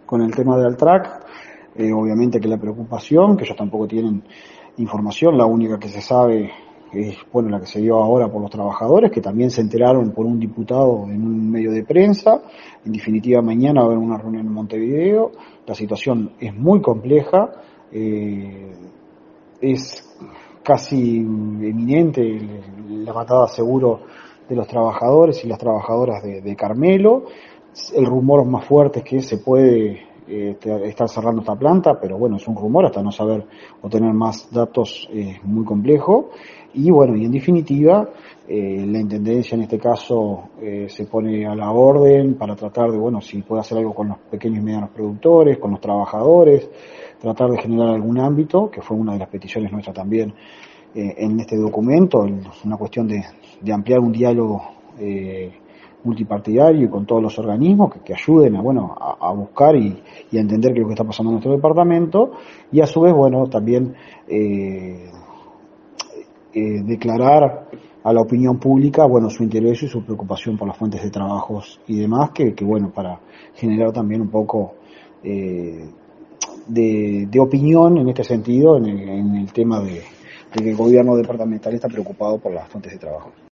con el tema de Altrac. Obviamente que la preocupación, que ellos tampoco tienen información, la única que se sabe es, bueno, la que se dio ahora por los trabajadores, que también se enteraron por un diputado en un medio de prensa. En definitiva, mañana va a haber una reunión en Montevideo. La situación es muy compleja, es casi eminente la matada seguro de los trabajadores y las trabajadoras de Carmelo. El rumor más fuerte es que se puede estar cerrando esta planta, pero bueno, es un rumor, hasta no saber o tener más datos es muy complejo. Y bueno, y en definitiva, la Intendencia en este caso se pone a la orden para tratar de, bueno, si puede hacer algo con los pequeños y medianos productores, con los trabajadores, tratar de generar algún ámbito, que fue una de las peticiones nuestras también en este documento, una cuestión de ampliar un diálogo multipartidario y con todos los organismos que ayuden a, bueno, a buscar y a entender qué es lo que está pasando en nuestro departamento, y a su vez, bueno, también declarar a la opinión pública, bueno, su interés y su preocupación por las fuentes de trabajos y demás, que bueno, para generar también un poco de opinión en este sentido, en el tema de que el gobierno departamental está preocupado por las fuentes de trabajo.